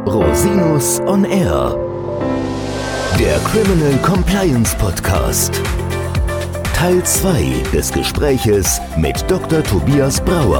Rosinus on Air. Der Criminal Compliance Podcast. Teil 2 des Gespräches mit Dr. Tobias Brauer.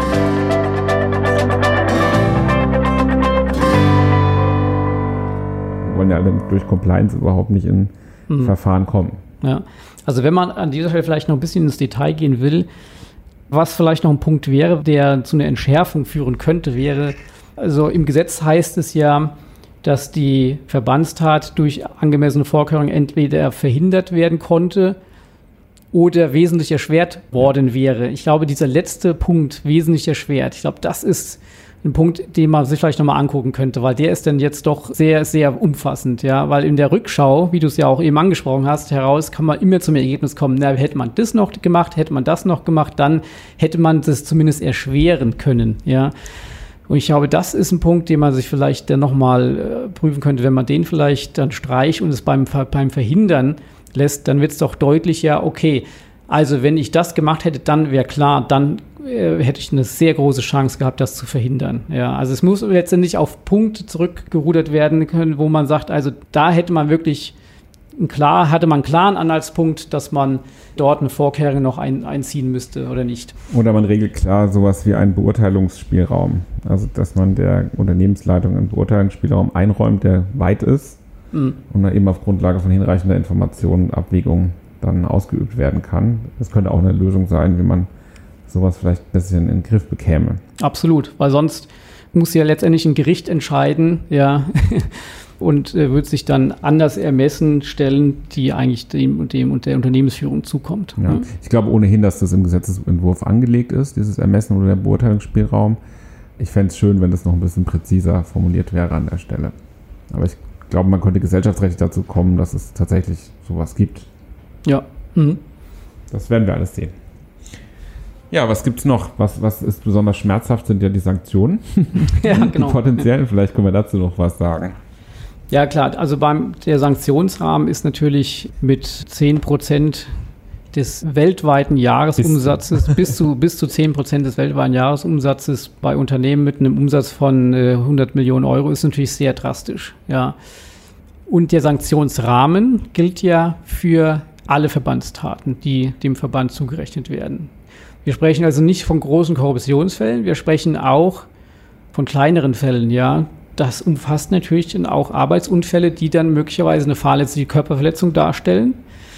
Wir wollen ja alle durch Compliance überhaupt nicht in Verfahren kommen. Ja, also wenn man an dieser Stelle vielleicht noch ein bisschen ins Detail gehen will, was vielleicht noch ein Punkt wäre, der zu einer Entschärfung führen könnte, wäre, also im Gesetz heißt es ja, dass die Verbandstat durch angemessene Vorkehrungen entweder verhindert werden konnte oder wesentlich erschwert worden wäre. Ich glaube, dieser letzte Punkt, wesentlich erschwert, ich glaube, das ist ein Punkt, den man sich vielleicht nochmal angucken könnte, weil der ist dann jetzt doch sehr, sehr umfassend, ja, weil in der Rückschau, wie du es ja auch eben angesprochen hast, heraus kann man immer zum Ergebnis kommen, na, hätte man das noch gemacht, hätte man das noch gemacht, dann hätte man das zumindest erschweren können, ja. Und ich glaube, das ist ein Punkt, den man sich vielleicht dann nochmal prüfen könnte, wenn man den vielleicht dann streicht und es beim Verhindern lässt, dann wird es doch deutlich, ja, okay, also wenn ich das gemacht hätte, dann wäre klar, dann hätte ich eine sehr große Chance gehabt, das zu verhindern. Ja, also es muss letztendlich auf Punkte zurückgerudert werden können, wo man sagt, also da hätte man wirklich hatte man einen klaren Anhaltspunkt, dass man dort eine Vorkehrung noch einziehen müsste oder nicht. Oder man regelt klar sowas wie einen Beurteilungsspielraum. Also dass man der Unternehmensleitung einen Beurteilungsspielraum einräumt, der weit ist und dann eben auf Grundlage von hinreichender Informationen Abwägungen dann ausgeübt werden kann. Das könnte auch eine Lösung sein, wie man sowas vielleicht ein bisschen in den Griff bekäme. Absolut, weil sonst muss ja letztendlich ein Gericht entscheiden, ja, und wird sich dann anders ermessen stellen, die eigentlich dem und der Unternehmensführung zukommt. Ja. Ich glaube ohnehin, dass das im Gesetzesentwurf angelegt ist, dieses Ermessen oder der Beurteilungsspielraum. Ich fände es schön, wenn das noch ein bisschen präziser formuliert wäre an der Stelle. Aber ich glaube, man könnte gesellschaftsrechtlich dazu kommen, dass es tatsächlich sowas gibt. Ja. Das werden wir alles sehen. Ja, was gibt's noch? Was ist besonders schmerzhaft, sind ja die Sanktionen. Ja, genau. Die potenziellen, vielleicht können wir dazu noch was sagen. Ja, klar. Also der Sanktionsrahmen ist natürlich mit 10% des weltweiten Jahresumsatzes, bis zu 10% des weltweiten Jahresumsatzes bei Unternehmen mit einem Umsatz von 100 Millionen Euro ist natürlich sehr drastisch. Ja. Und der Sanktionsrahmen gilt ja für alle Verbandstaten, die dem Verband zugerechnet werden. Wir sprechen also nicht von großen Korruptionsfällen, wir sprechen auch von kleineren Fällen, ja. Das umfasst natürlich dann auch Arbeitsunfälle, die dann möglicherweise eine fahrlässige Körperverletzung darstellen.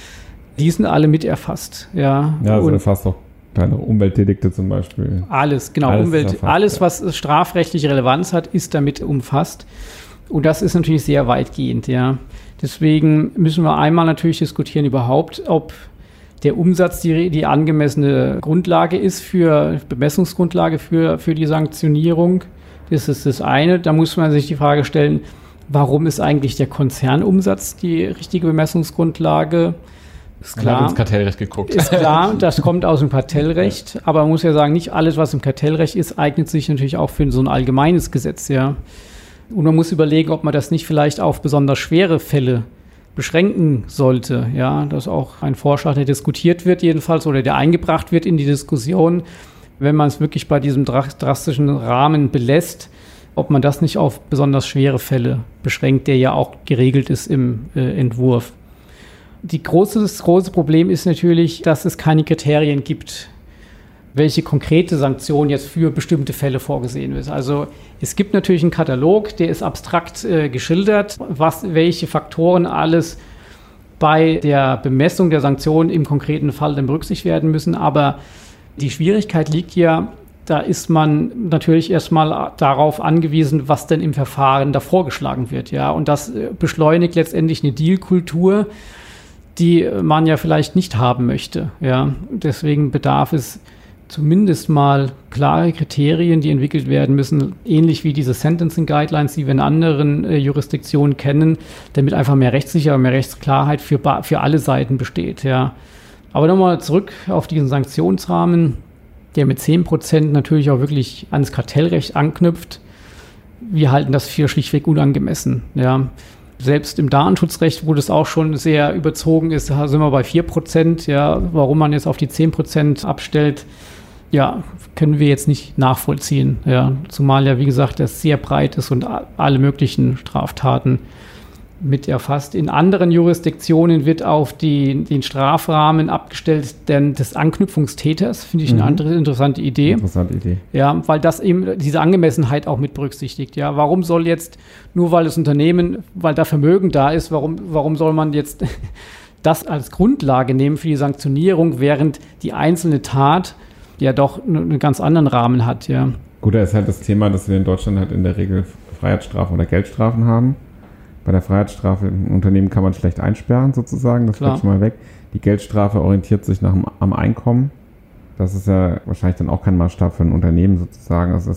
Die sind alle mit erfasst, ja. Ja, also erfasst auch kleinere Umweltdelikte zum Beispiel. Alles, genau. Alles, was strafrechtliche Relevanz hat, ist damit umfasst. Und das ist natürlich sehr weitgehend, ja. Deswegen müssen wir einmal natürlich diskutieren überhaupt, ob der Umsatz die angemessene Grundlage ist Bemessungsgrundlage für die Sanktionierung. Das ist das eine. Da muss man sich die Frage stellen, warum ist eigentlich der Konzernumsatz die richtige Bemessungsgrundlage? Ist klar. Man hat ins Kartellrecht geguckt. Ist klar, das kommt aus dem Kartellrecht. Aber man muss ja sagen, nicht alles, was im Kartellrecht ist, eignet sich natürlich auch für so ein allgemeines Gesetz, ja. Und man muss überlegen, ob man das nicht vielleicht auf besonders schwere Fälle beschränken sollte, ja, dass auch ein Vorschlag, der diskutiert wird jedenfalls oder der eingebracht wird in die Diskussion, wenn man es wirklich bei diesem drastischen Rahmen belässt, ob man das nicht auf besonders schwere Fälle beschränkt, der ja auch geregelt ist im Entwurf. Das große Problem ist natürlich, dass es keine Kriterien gibt, welche konkrete Sanktion jetzt für bestimmte Fälle vorgesehen ist. Also es gibt natürlich einen Katalog, der ist abstrakt geschildert, welche Faktoren alles bei der Bemessung der Sanktionen im konkreten Fall dann berücksichtigt werden müssen. Aber die Schwierigkeit liegt ja, da ist man natürlich erstmal darauf angewiesen, was denn im Verfahren da vorgeschlagen wird. Ja? Und das beschleunigt letztendlich eine Dealkultur, die man ja vielleicht nicht haben möchte. Ja? Deswegen bedarf es zumindest mal klare Kriterien, die entwickelt werden müssen, ähnlich wie diese Sentencing Guidelines, die wir in anderen Jurisdiktionen kennen, damit einfach mehr Rechtssicherheit und mehr Rechtsklarheit für alle Seiten besteht. Ja. Aber nochmal zurück auf diesen Sanktionsrahmen, der mit 10% natürlich auch wirklich ans Kartellrecht anknüpft. Wir halten das für schlichtweg unangemessen. Ja. Selbst im Datenschutzrecht, wo das auch schon sehr überzogen ist, da sind wir bei 4%. Ja. Warum man jetzt auf die 10% abstellt, Ja, können wir jetzt nicht nachvollziehen. Ja, zumal ja, wie gesagt, das sehr breit ist und alle möglichen Straftaten mit erfasst. In anderen Jurisdiktionen wird auf den Strafrahmen abgestellt des Anknüpfungstäters. Finde ich eine andere interessante Idee. Interessante Idee. Ja, weil das eben diese Angemessenheit auch mit berücksichtigt. Ja, warum soll jetzt, nur weil das Unternehmen, weil da Vermögen da ist, warum soll man jetzt das als Grundlage nehmen für die Sanktionierung, während die einzelne Tat ja doch einen ganz anderen Rahmen hat. Ja. Gut, da ist halt das Thema, dass wir in Deutschland halt in der Regel Freiheitsstrafen oder Geldstrafen haben. Bei der Freiheitsstrafe im Unternehmen kann man schlecht einsperren sozusagen, das fällt schon mal weg. Die Geldstrafe orientiert sich am Einkommen. Das ist ja wahrscheinlich dann auch kein Maßstab für ein Unternehmen sozusagen. Also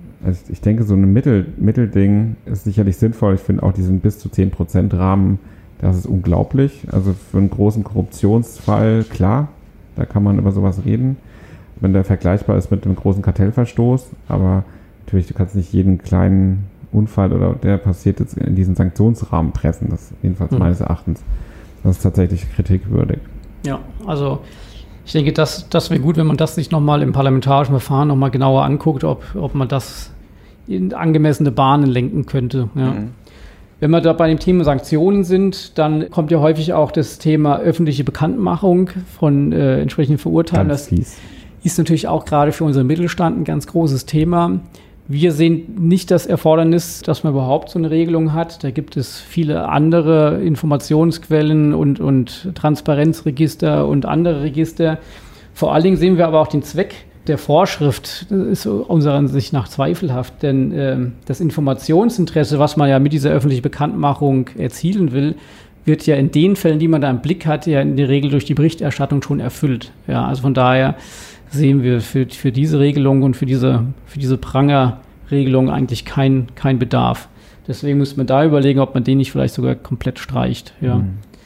ich denke, so ein Mittelding ist sicherlich sinnvoll. Ich finde auch diesen bis zu 10% Rahmen, das ist unglaublich. Also für einen großen Korruptionsfall, klar, da kann man über sowas reden, wenn der vergleichbar ist mit einem großen Kartellverstoß. Aber natürlich, du kannst nicht jeden kleinen Unfall oder der passiert jetzt in diesen Sanktionsrahmen pressen. Das jedenfalls meines Erachtens. Das ist tatsächlich kritikwürdig. Ja, also ich denke, das wäre gut, wenn man das sich nochmal im parlamentarischen Verfahren nochmal genauer anguckt, ob man das in angemessene Bahnen lenken könnte. Ja. Wenn wir da bei dem Thema Sanktionen sind, dann kommt ja häufig auch das Thema öffentliche Bekanntmachung von entsprechenden Verurteilten. Das ist natürlich auch gerade für unseren Mittelstand ein ganz großes Thema. Wir sehen nicht das Erfordernis, dass man überhaupt so eine Regelung hat. Da gibt es viele andere Informationsquellen und Transparenzregister und andere Register. Vor allen Dingen sehen wir aber auch den Zweck der Vorschrift. Das ist unserer Ansicht nach zweifelhaft, denn das Informationsinteresse, was man ja mit dieser öffentlichen Bekanntmachung erzielen will, wird ja in den Fällen, die man da im Blick hat, ja in der Regel durch die Berichterstattung schon erfüllt. Ja, also von daher sehen wir für diese Regelung und für diese Prangerregelung eigentlich kein Bedarf. Deswegen muss man da überlegen, ob man den nicht vielleicht sogar komplett streicht. Ja.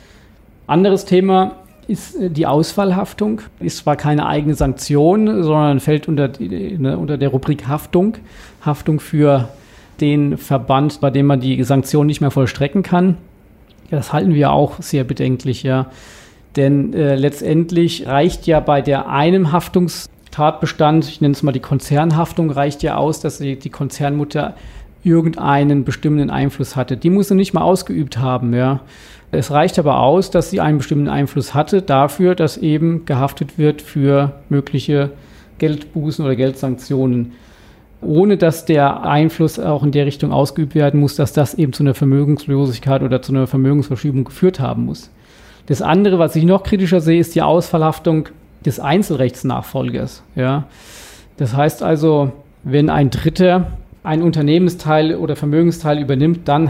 Anderes Thema ist die Ausfallhaftung. Ist zwar keine eigene Sanktion, sondern fällt unter der Rubrik Haftung. Haftung für den Verband, bei dem man die Sanktion nicht mehr vollstrecken kann. Ja, das halten wir auch sehr bedenklich, ja. Denn letztendlich reicht ja bei der einem Haftungstatbestand, ich nenne es mal die Konzernhaftung, reicht ja aus, dass die Konzernmutter irgendeinen bestimmenden Einfluss hatte. Die muss sie nicht mal ausgeübt haben. Ja. Es reicht aber aus, dass sie einen bestimmten Einfluss hatte dafür, dass eben gehaftet wird für mögliche Geldbußen oder Geldsanktionen. Ohne dass der Einfluss auch in der Richtung ausgeübt werden muss, dass das eben zu einer Vermögenslosigkeit oder zu einer Vermögensverschiebung geführt haben muss. Das andere, was ich noch kritischer sehe, ist die Ausfallhaftung des Einzelrechtsnachfolgers. Ja. Das heißt also, wenn ein Dritter einen Unternehmensteil oder Vermögensteil übernimmt, dann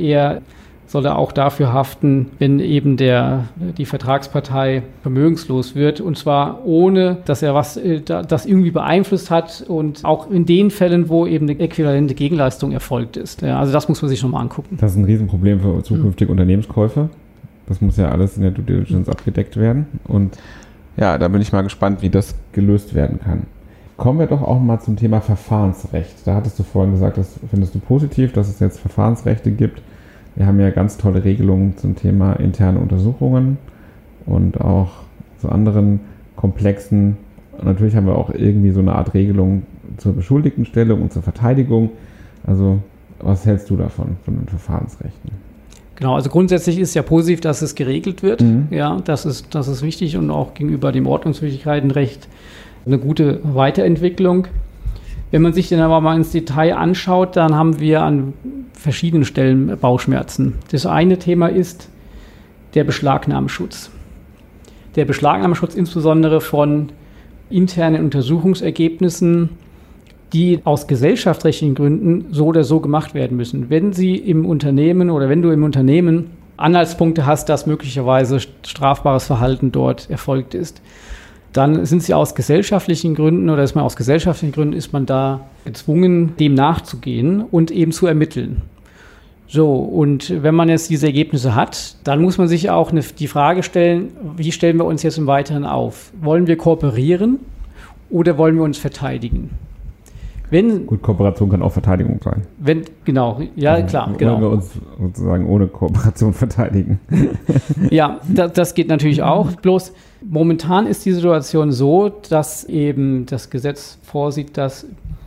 soll er auch dafür haften, wenn eben die Vertragspartei vermögenslos wird. Und zwar ohne, dass er das irgendwie beeinflusst hat und auch in den Fällen, wo eben eine äquivalente Gegenleistung erfolgt ist. Ja, also das muss man sich nochmal angucken. Das ist ein Riesenproblem für zukünftige Unternehmenskäufe. Das muss ja alles in der Due Diligence abgedeckt werden. Und ja, da bin ich mal gespannt, wie das gelöst werden kann. Kommen wir doch auch mal zum Thema Verfahrensrecht. Da hattest du vorhin gesagt, das findest du positiv, dass es jetzt Verfahrensrechte gibt. Wir haben ja ganz tolle Regelungen zum Thema interne Untersuchungen und auch zu anderen komplexen. Und natürlich haben wir auch irgendwie so eine Art Regelung zur Beschuldigtenstellung und zur Verteidigung. Also was hältst du davon, von den Verfahrensrechten? Genau, also grundsätzlich ist ja positiv, dass es geregelt wird. Ja, das ist wichtig und auch gegenüber dem Ordnungswidrigkeitenrecht eine gute Weiterentwicklung. Wenn man sich den aber mal ins Detail anschaut, dann haben wir an verschiedenen Stellen Bauchschmerzen. Das eine Thema ist der Beschlagnahmeschutz. Der Beschlagnahmeschutz insbesondere von internen Untersuchungsergebnissen, die aus gesellschaftsrechtlichen Gründen so oder so gemacht werden müssen. Wenn Sie im Unternehmen oder wenn du im Unternehmen Anhaltspunkte hast, dass möglicherweise strafbares Verhalten dort erfolgt ist, dann sind sie aus gesellschaftlichen Gründen oder ist man da gezwungen, dem nachzugehen und eben zu ermitteln. So, und wenn man jetzt diese Ergebnisse hat, dann muss man sich auch die Frage stellen, wie stellen wir uns jetzt im Weiteren auf? Wollen wir kooperieren oder wollen wir uns verteidigen? Gut, Kooperation kann auch Verteidigung sein. Klar, genau. Wenn wir uns sozusagen ohne Kooperation verteidigen. Ja, das geht natürlich auch. Bloß momentan ist die Situation so, dass eben das Gesetz vorsieht, dass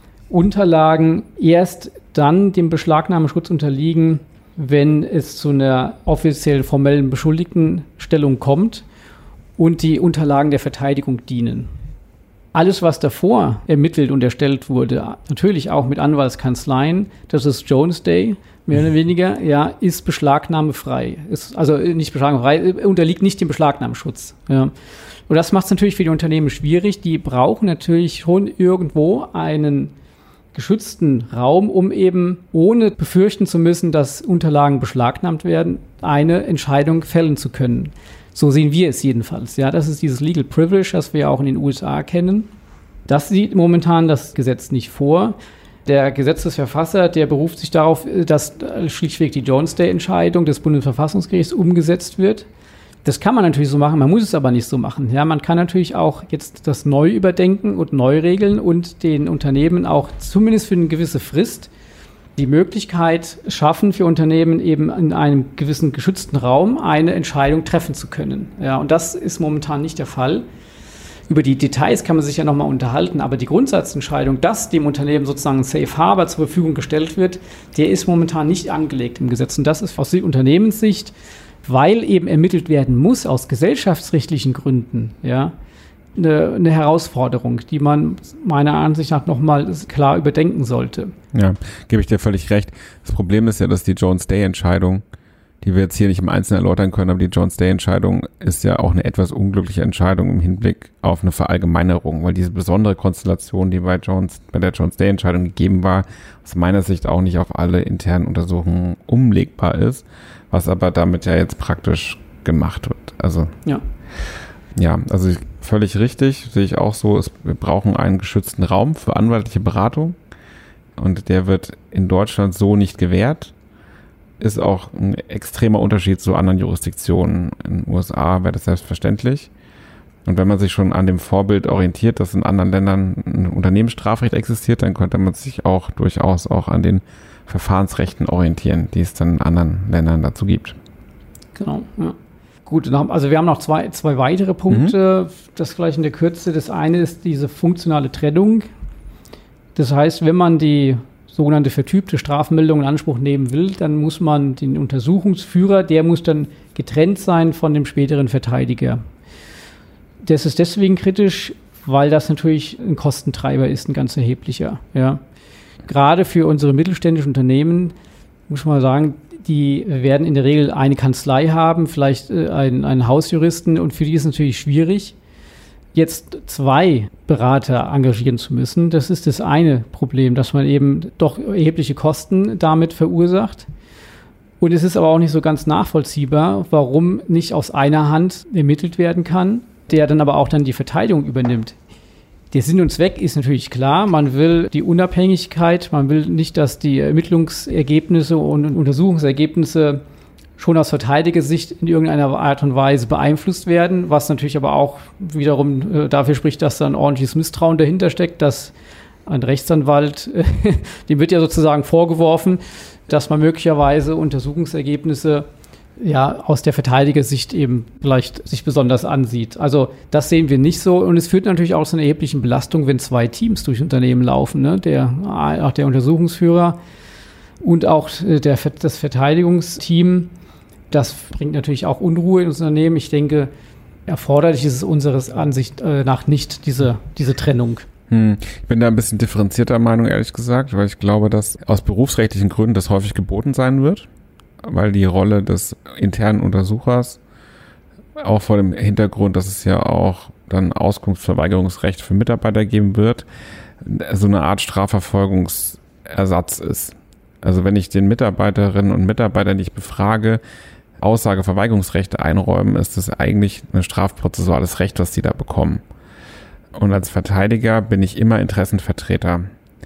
Unterlagen erst dann dem Beschlagnahmeschutz unterliegen, wenn es zu einer offiziell formellen Beschuldigtenstellung kommt und die Unterlagen der Verteidigung dienen. Alles, was davor ermittelt und erstellt wurde, natürlich auch mit Anwaltskanzleien, das ist Jones Day, mehr oder weniger, ja, ist beschlagnahmefrei. Unterliegt nicht dem Beschlagnahmeschutz. Ja. Und das macht es natürlich für die Unternehmen schwierig. Die brauchen natürlich schon irgendwo einen geschützten Raum, um eben, ohne befürchten zu müssen, dass Unterlagen beschlagnahmt werden, eine Entscheidung fällen zu können. So sehen wir es jedenfalls. Ja, das ist dieses Legal Privilege, das wir auch in den USA kennen. Das sieht momentan das Gesetz nicht vor. Der Gesetzesverfasser, der beruft sich darauf, dass schlichtweg die Jones Day-Entscheidung des Bundesverfassungsgerichts umgesetzt wird. Das kann man natürlich so machen, man muss es aber nicht so machen. Ja, man kann natürlich auch jetzt das neu überdenken und neu regeln und den Unternehmen auch zumindest für eine gewisse Frist die Möglichkeit schaffen, für Unternehmen eben in einem gewissen geschützten Raum eine Entscheidung treffen zu können. Ja, und das ist momentan nicht der Fall. Über die Details kann man sich ja nochmal unterhalten, aber die Grundsatzentscheidung, dass dem Unternehmen sozusagen ein Safe Harbor zur Verfügung gestellt wird, der ist momentan nicht angelegt im Gesetz. Und das ist aus der Unternehmenssicht, weil eben ermittelt werden muss aus gesellschaftsrechtlichen Gründen, ja, eine Herausforderung, die man meiner Ansicht nach nochmal klar überdenken sollte. Ja, gebe ich dir völlig recht. Das Problem ist ja, dass die Jones-Day-Entscheidung, die wir jetzt hier nicht im Einzelnen erläutern können, aber die Jones-Day-Entscheidung ist ja auch eine etwas unglückliche Entscheidung im Hinblick auf eine Verallgemeinerung, weil diese besondere Konstellation, die bei der Jones-Day-Entscheidung gegeben war, aus meiner Sicht auch nicht auf alle internen Untersuchungen umlegbar ist, was aber damit ja jetzt praktisch gemacht wird. Also also völlig richtig, sehe ich auch so. Wir brauchen einen geschützten Raum für anwaltliche Beratung und der wird in Deutschland so nicht gewährt. Ist auch ein extremer Unterschied zu anderen Jurisdiktionen. In den USA wäre das selbstverständlich. Und wenn man sich schon an dem Vorbild orientiert, dass in anderen Ländern ein Unternehmensstrafrecht existiert, dann könnte man sich auch durchaus auch an den Verfahrensrechten orientieren, die es dann in anderen Ländern dazu gibt. Genau, ja. Gut, also wir haben noch zwei weitere Punkte, das vielleicht in der Kürze. Das eine ist diese funktionale Trennung. Das heißt, wenn man die sogenannte vertypte Strafmeldung in Anspruch nehmen will, dann muss man den Untersuchungsführer, der muss dann getrennt sein von dem späteren Verteidiger. Das ist deswegen kritisch, weil das natürlich ein Kostentreiber ist, ein ganz erheblicher. Ja. Gerade für unsere mittelständischen Unternehmen, muss man sagen, die werden in der Regel eine Kanzlei haben, vielleicht einen Hausjuristen, und für die ist es natürlich schwierig, jetzt 2 Berater engagieren zu müssen. Das ist das eine Problem, dass man eben doch erhebliche Kosten damit verursacht. Und es ist aber auch nicht so ganz nachvollziehbar, warum nicht aus einer Hand ermittelt werden kann, der dann aber auch dann die Verteidigung übernimmt. Der Sinn und Zweck ist natürlich klar, man will die Unabhängigkeit, man will nicht, dass die Ermittlungsergebnisse und Untersuchungsergebnisse schon aus Verteidigersicht in irgendeiner Art und Weise beeinflusst werden, was natürlich aber auch wiederum dafür spricht, dass da ein ordentliches Misstrauen dahinter steckt, dass ein Rechtsanwalt, dem wird ja sozusagen vorgeworfen, dass man möglicherweise Untersuchungsergebnisse aus der Verteidigersicht eben vielleicht sich besonders ansieht. Also das sehen wir nicht so, und es führt natürlich auch zu einer erheblichen Belastung, wenn 2 Teams durch Unternehmen laufen, ne? Auch der Untersuchungsführer und auch das Verteidigungsteam. Das bringt natürlich auch Unruhe in das Unternehmen. Ich denke, erforderlich ist es unseres Ansicht nach nicht diese Trennung. Ich bin da ein bisschen differenzierter Meinung, ehrlich gesagt, weil ich glaube, dass aus berufsrechtlichen Gründen das häufig geboten sein wird, weil die Rolle des internen Untersuchers, auch vor dem Hintergrund, dass es ja auch dann Auskunftsverweigerungsrecht für Mitarbeiter geben wird, so eine Art Strafverfolgungsersatz ist. Also wenn ich den Mitarbeiterinnen und Mitarbeitern, die ich befrage, Aussageverweigerungsrechte einräumen, ist das eigentlich ein strafprozessuales Recht, was die da bekommen. Und als Verteidiger bin ich immer Interessenvertreter.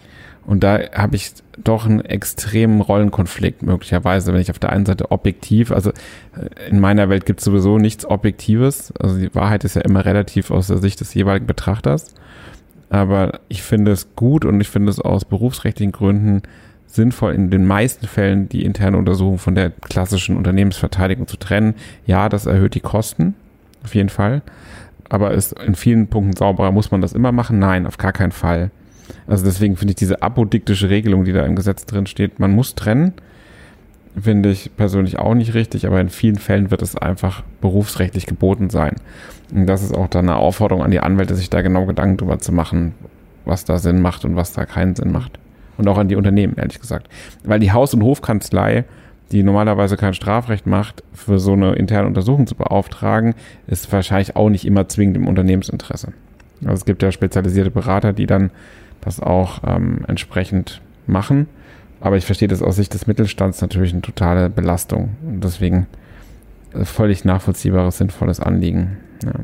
Und da habe ich doch einen extremen Rollenkonflikt möglicherweise, wenn ich auf der einen Seite objektiv, also in meiner Welt gibt es sowieso nichts Objektives, also die Wahrheit ist ja immer relativ aus der Sicht des jeweiligen Betrachters. Aber ich finde es gut und ich finde es aus berufsrechtlichen Gründen sinnvoll, in den meisten Fällen die interne Untersuchung von der klassischen Unternehmensverteidigung zu trennen. Ja, das erhöht die Kosten, auf jeden Fall. Aber ist in vielen Punkten sauberer. Muss man das immer machen? Nein, auf gar keinen Fall. Also deswegen finde ich diese apodiktische Regelung, die da im Gesetz drin steht, man muss trennen, finde ich persönlich auch nicht richtig, aber in vielen Fällen wird es einfach berufsrechtlich geboten sein. Und das ist auch dann eine Aufforderung an die Anwälte, sich da genau Gedanken drüber zu machen, was da Sinn macht und was da keinen Sinn macht. Und auch an die Unternehmen, ehrlich gesagt. Weil die Haus- und Hofkanzlei, die normalerweise kein Strafrecht macht, für so eine interne Untersuchung zu beauftragen, ist wahrscheinlich auch nicht immer zwingend im Unternehmensinteresse. Also es gibt ja spezialisierte Berater, die dann das auch entsprechend machen. Aber ich verstehe das aus Sicht des Mittelstands natürlich eine totale Belastung. Und deswegen völlig nachvollziehbares, sinnvolles Anliegen.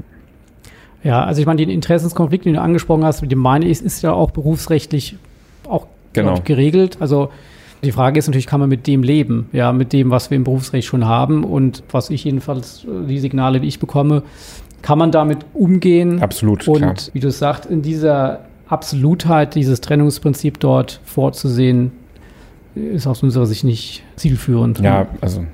Ja, also ich meine, den Interessenskonflikt, den du angesprochen hast, mit dem meine ich, ist ja auch berufsrechtlich auch geregelt. Also die Frage ist natürlich, kann man mit dem leben? Ja, mit dem, was wir im Berufsrecht schon haben und was ich jedenfalls, die Signale, die ich bekomme, kann man damit umgehen? Absolut, und klar. Wie du sagst, in dieser Absolutheit, dieses Trennungsprinzip dort vorzusehen, ist aus unserer Sicht nicht zielführend. Ja, also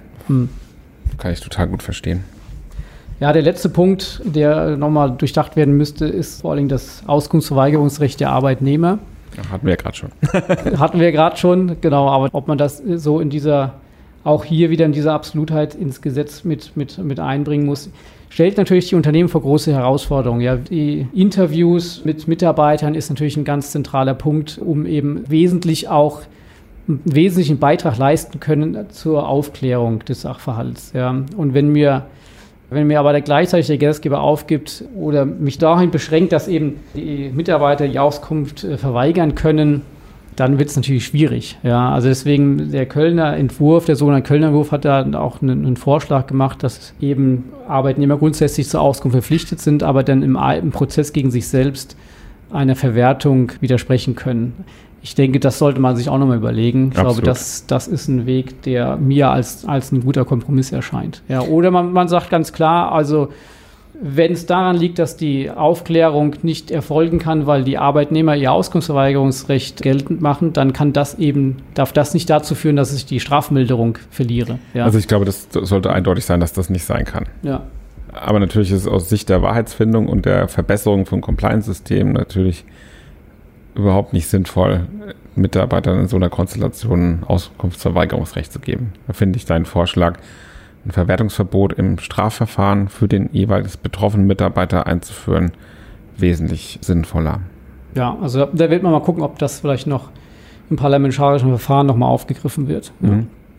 kann ich total gut verstehen. Ja, der letzte Punkt, der nochmal durchdacht werden müsste, ist vor allem das Auskunftsverweigerungsrecht der Arbeitnehmer. Hatten wir ja gerade schon. Hatten wir gerade schon, genau. Aber ob man das so in dieser, auch hier wieder in dieser Absolutheit ins Gesetz mit einbringen muss, stellt natürlich die Unternehmen vor große Herausforderungen. Ja, die Interviews mit Mitarbeitern ist natürlich ein ganz zentraler Punkt, um eben wesentlich auch einen wesentlichen Beitrag leisten können zur Aufklärung des Sachverhalts. Ja. Und wenn mir aber gleichzeitig der Gesetzgeber aufgibt oder mich dahin beschränkt, dass eben die Mitarbeiter die Auskunft verweigern können, dann wird es natürlich schwierig. Ja, also deswegen der sogenannte Kölner Entwurf hat da auch einen Vorschlag gemacht, dass eben Arbeitnehmer grundsätzlich zur Auskunft verpflichtet sind, aber dann im Prozess gegen sich selbst einer Verwertung widersprechen können. Ich denke, das sollte man sich auch nochmal überlegen. Ich glaube, das ist ein Weg, der mir als ein guter Kompromiss erscheint. Ja, oder man sagt ganz klar, also wenn es daran liegt, dass die Aufklärung nicht erfolgen kann, weil die Arbeitnehmer ihr Auskunftsverweigerungsrecht geltend machen, dann darf das nicht dazu führen, dass ich die Strafmilderung verliere. Ja. Also ich glaube, das sollte eindeutig sein, dass das nicht sein kann. Ja. Aber natürlich ist es aus Sicht der Wahrheitsfindung und der Verbesserung von Compliance-Systemen natürlich überhaupt nicht sinnvoll, Mitarbeitern in so einer Konstellation Auskunftsverweigerungsrecht zu geben. Da finde ich deinen Vorschlag, ein Verwertungsverbot im Strafverfahren für den jeweils betroffenen Mitarbeiter einzuführen, wesentlich sinnvoller. Ja, also da wird man mal gucken, ob das vielleicht noch im parlamentarischen Verfahren nochmal aufgegriffen wird. Ja.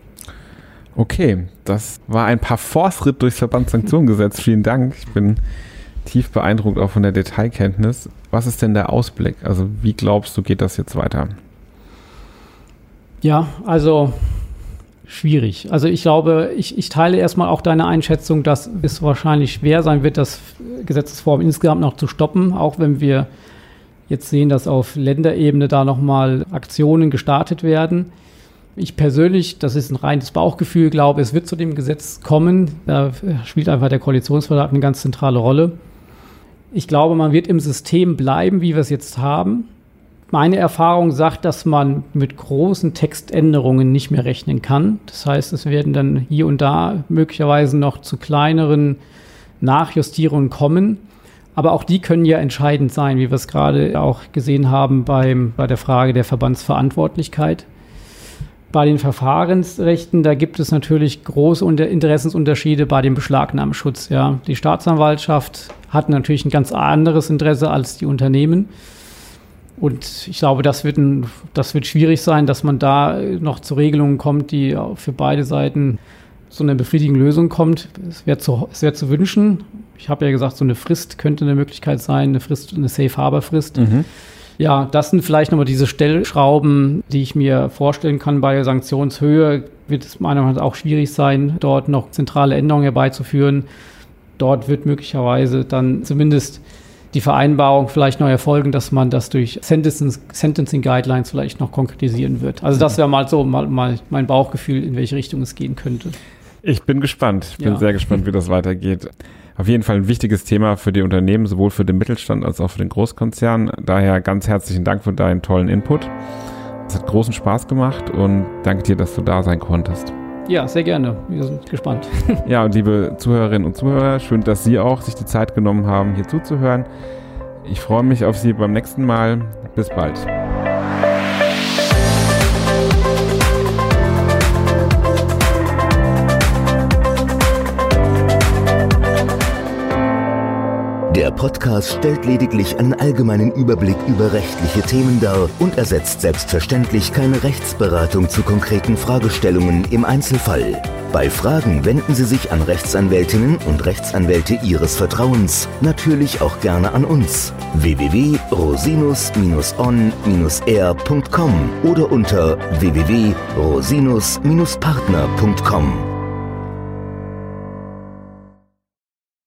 Okay, das war ein Parforce-Ritt durchs Verbandssanktionengesetz. Vielen Dank. Ich bin tief beeindruckt auch von der Detailkenntnis. Was ist denn der Ausblick? Also wie glaubst du, geht das jetzt weiter? Ja, also schwierig. Also ich glaube, ich teile erstmal auch deine Einschätzung, dass es wahrscheinlich schwer sein wird, das Gesetzesvorhaben insgesamt noch zu stoppen, auch wenn wir jetzt sehen, dass auf Länderebene da nochmal Aktionen gestartet werden. Ich persönlich, das ist ein reines Bauchgefühl, glaube, es wird zu dem Gesetz kommen. Da spielt einfach der Koalitionsvertrag eine ganz zentrale Rolle. Ich glaube, man wird im System bleiben, wie wir es jetzt haben. Meine Erfahrung sagt, dass man mit großen Textänderungen nicht mehr rechnen kann. Das heißt, es werden dann hier und da möglicherweise noch zu kleineren Nachjustierungen kommen. Aber auch die können ja entscheidend sein, wie wir es gerade auch gesehen haben bei der Frage der Verbandsverantwortlichkeit. Bei den Verfahrensrechten, da gibt es natürlich große Interessensunterschiede bei dem Beschlagnahmeschutz. Ja. Die Staatsanwaltschaft hat natürlich ein ganz anderes Interesse als die Unternehmen. Und ich glaube, das wird schwierig sein, dass man da noch zu Regelungen kommt, die für beide Seiten zu einer befriedigenden Lösung kommt. Es wäre zu wünschen. Ich habe ja gesagt, so eine Frist könnte eine Möglichkeit sein, eine Safe-Harbor-Frist. Mhm. Ja, das sind vielleicht nochmal diese Stellschrauben, die ich mir vorstellen kann. Bei Sanktionshöhe wird es meiner Meinung nach auch schwierig sein, dort noch zentrale Änderungen herbeizuführen. Dort wird möglicherweise dann zumindest die Vereinbarung vielleicht noch erfolgen, dass man das durch Sentencing Guidelines vielleicht noch konkretisieren wird. Also das wäre mal so mal mein Bauchgefühl, in welche Richtung es gehen könnte. Ich bin gespannt. Ich bin sehr gespannt, wie das weitergeht. Auf jeden Fall ein wichtiges Thema für die Unternehmen, sowohl für den Mittelstand als auch für den Großkonzern. Daher ganz herzlichen Dank für deinen tollen Input. Es hat großen Spaß gemacht und danke dir, dass du da sein konntest. Ja, sehr gerne. Wir sind gespannt. Ja, und liebe Zuhörerinnen und Zuhörer, schön, dass Sie auch sich die Zeit genommen haben, hier zuzuhören. Ich freue mich auf Sie beim nächsten Mal. Bis bald. Der Podcast stellt lediglich einen allgemeinen Überblick über rechtliche Themen dar und ersetzt selbstverständlich keine Rechtsberatung zu konkreten Fragestellungen im Einzelfall. Bei Fragen wenden Sie sich an Rechtsanwältinnen und Rechtsanwälte Ihres Vertrauens, natürlich auch gerne an uns. www.rosinus-on-r.com oder unter www.rosinus-partner.com.